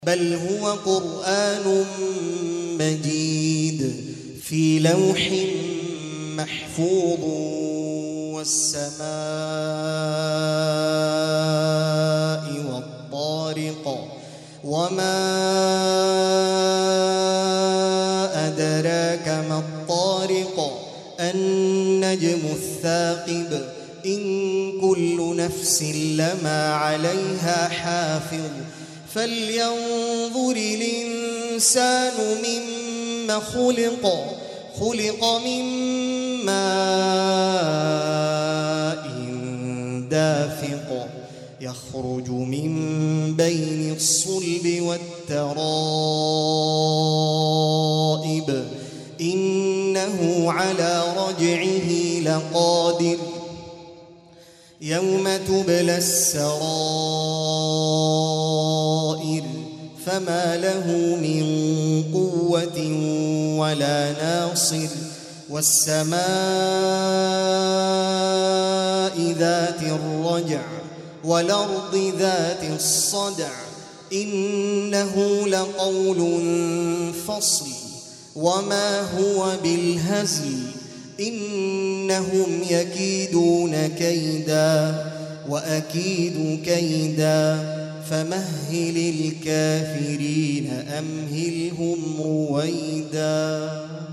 بل هو قرآن مجيد في لوح محفوظ والسماء والطارق وما أدراك ما الطارق النجم الثاقب إن كل نفس لما عليها حافظ فلينظر الإنسان مما خلق من ماء دافق يخرج من بين الصلب والترائب إنه على رجعه لقادر يوم تبلى السرائر فما له من قوة ولا ناصر والسماء ذات الرجع والأرض ذات الصدع إنه لقول فصل وما هو بالهزل إنهم يكيدون كيدا وأكيد كيدا فمهل الكافرين أمهلهم رويدا.